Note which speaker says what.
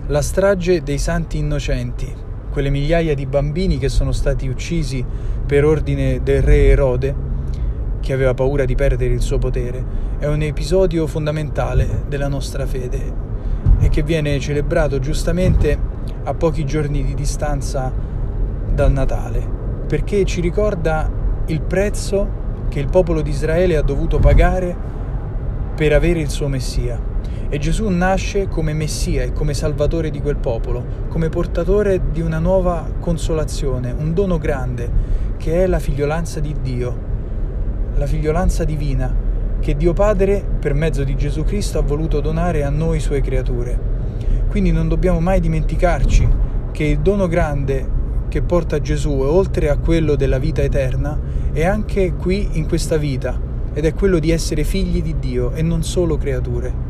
Speaker 1: la strage dei santi innocenti, quelle migliaia di bambini che sono stati uccisi per ordine del re Erode, che aveva paura di perdere il suo potere, è un episodio fondamentale della nostra fede e che viene celebrato giustamente a pochi giorni di distanza dal Natale, perché ci ricorda il prezzo che il popolo di Israele ha dovuto pagare per avere il suo Messia. E Gesù nasce come Messia e come Salvatore di quel popolo, come portatore di una nuova consolazione, un dono grande, che è la figliolanza di Dio, la figliolanza divina, che Dio Padre, per mezzo di Gesù Cristo, ha voluto donare a noi Sue creature. Quindi non dobbiamo mai dimenticarci che il dono grande che porta Gesù, oltre a quello della vita eterna, è anche qui in questa vita, ed è quello di essere figli di Dio e non solo creature.